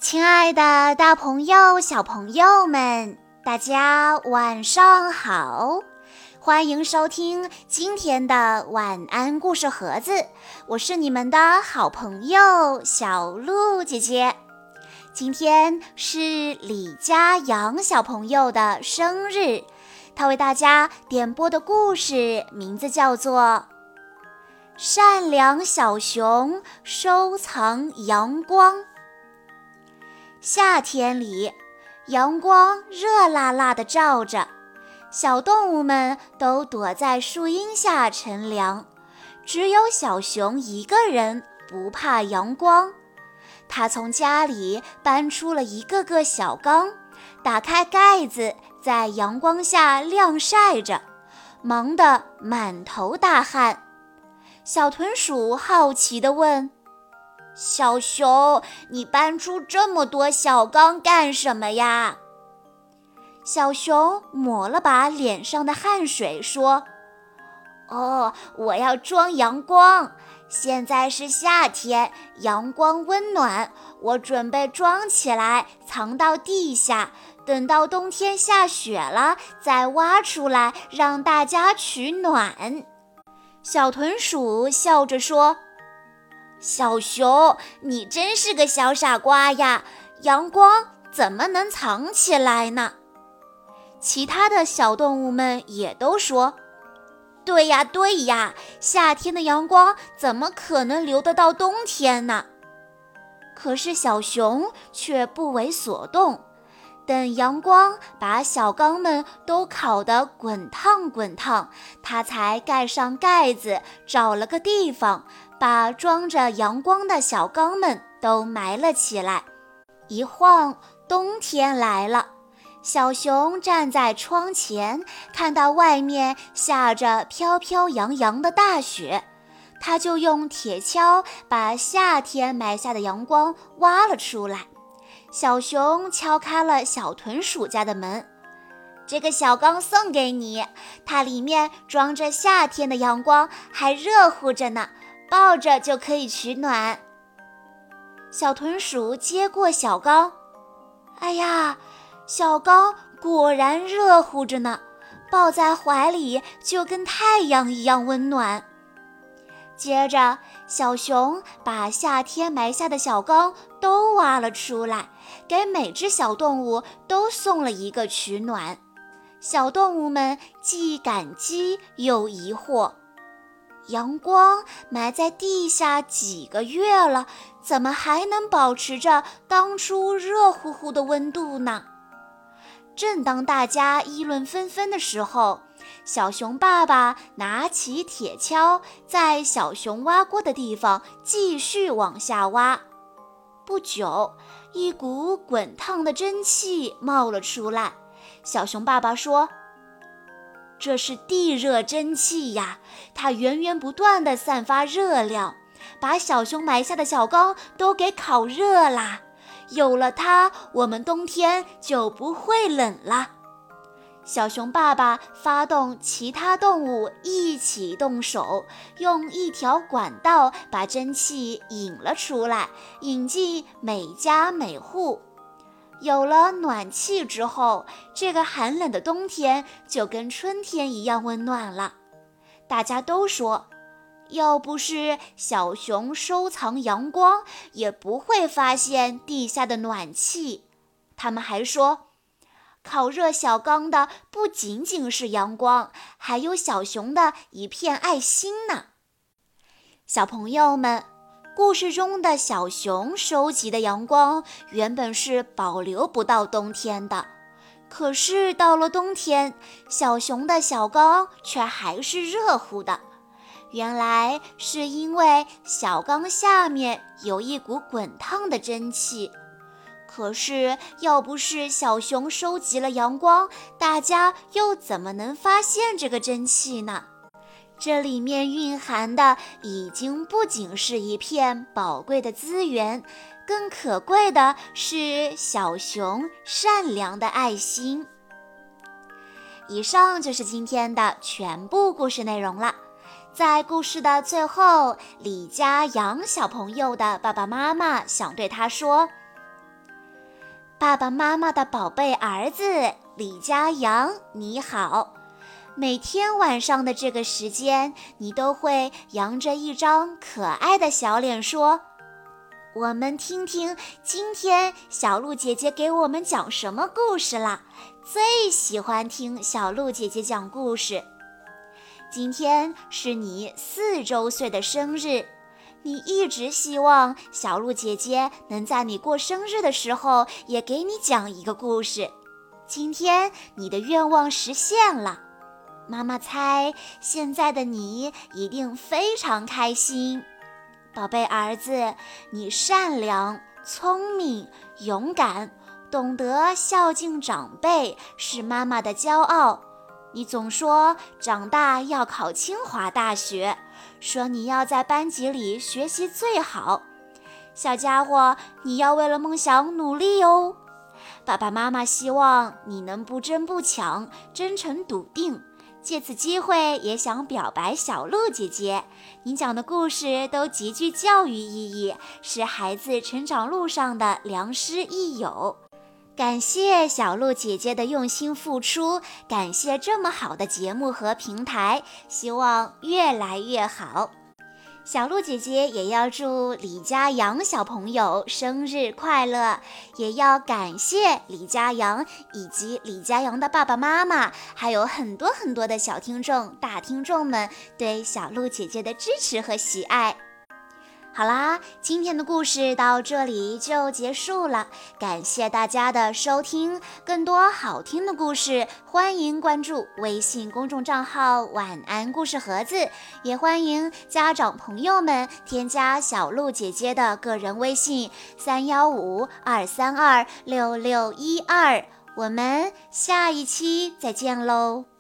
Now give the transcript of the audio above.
亲爱的大朋友、小朋友们，大家晚上好！欢迎收听今天的晚安故事盒子，我是你们的好朋友小鹿姐姐。今天是李佳阳小朋友的生日，他为大家点播的故事名字叫做《善良小熊收藏阳光》。夏天里，阳光热辣辣地照着，小动物们都躲在树荫下乘凉，只有小熊一个人不怕阳光。他从家里搬出了一个个小缸，打开盖子，在阳光下晾晒着，忙得满头大汗。小豚鼠好奇地问：小熊，你搬出这么多小缸干什么呀？小熊抹了把脸上的汗水说：我要装阳光，现在是夏天，阳光温暖，我准备装起来，藏到地下，等到冬天下雪了，再挖出来让大家取暖。小豚鼠笑着说：小熊，你真是个小傻瓜呀，阳光怎么能藏起来呢？其他的小动物们也都说：对呀，夏天的阳光怎么可能留得到冬天呢？可是小熊却不为所动，等阳光把小缸们都烤得滚烫滚烫，它才盖上盖子，找了个地方，把装着阳光的小缸们都埋了起来。一晃，冬天来了，小熊站在窗前，看到外面下着飘飘扬扬的大雪，他就用铁锹把夏天埋下的阳光挖了出来。小熊敲开了小豚鼠家的门：这个小缸送给你，它里面装着夏天的阳光，还热乎着呢，抱着就可以取暖。小豚鼠接过小缸，哎呀，小缸果然热乎着呢，抱在怀里就跟太阳一样温暖。接着，小熊把夏天埋下的小缸都挖了出来，给每只小动物都送了一个取暖。小动物们既感激又疑惑，阳光埋在地下几个月了，怎么还能保持着当初热乎乎的温度呢？正当大家议论纷纷的时候，小熊爸爸拿起铁锹，在小熊挖过的地方继续往下挖。不久，一股滚烫的蒸汽冒了出来。小熊爸爸说：这是地热蒸汽呀，它源源不断地散发热量，把小熊埋下的小缸都给烤热啦。有了它，我们冬天就不会冷了。小熊爸爸发动其他动物一起动手，用一条管道把蒸汽引了出来，引进每家每户。有了暖气之后，这个寒冷的冬天就跟春天一样温暖了。大家都说，要不是小熊收藏阳光，也不会发现地下的暖气。他们还说，烤热小缸的不仅仅是阳光，还有小熊的一片爱心呢。小朋友们，故事中的小熊收集的阳光原本是保留不到冬天的，可是到了冬天，小熊的小缸却还是热乎的。原来是因为小缸下面有一股滚烫的蒸汽。可是要不是小熊收集了阳光，大家又怎么能发现这个蒸汽呢？这里面蕴含的已经不仅是一片宝贵的资源，更可贵的是小熊善良的爱心。以上就是今天的全部故事内容了。在故事的最后，李佳阳小朋友的爸爸妈妈想对他说： 爸爸妈妈的宝贝儿子李佳阳，你好。每天晚上的这个时间，你都会扬着一张可爱的小脸说，我们听听今天小鹿姐姐给我们讲什么故事啦，最喜欢听小鹿姐姐讲故事。今天是你4周岁的生日，你一直希望小鹿姐姐能在你过生日的时候也给你讲一个故事。今天你的愿望实现了，妈妈猜现在的你一定非常开心。宝贝儿子，你善良、聪明、勇敢，懂得孝敬长辈，是妈妈的骄傲。你总说长大要考清华大学，说你要在班级里学习最好。小家伙，你要为了梦想努力哦。爸爸妈妈希望你能不争不抢，真诚笃定。借此机会也想表白小鹿姐姐，你讲的故事都极具教育意义，是孩子成长路上的良师益友。感谢小鹿姐姐的用心付出，感谢这么好的节目和平台，希望越来越好。小鹿姐姐也要祝李佳阳小朋友生日快乐，也要感谢李佳阳以及李佳阳的爸爸妈妈，还有很多很多的小听众、大听众们对小鹿姐姐的支持和喜爱。好啦，今天的故事到这里就结束了，感谢大家的收听。更多好听的故事，欢迎关注微信公众账号晚安故事盒子，也欢迎家长朋友们添加小鹿姐姐的个人微信315-232-6612。我们下一期再见喽。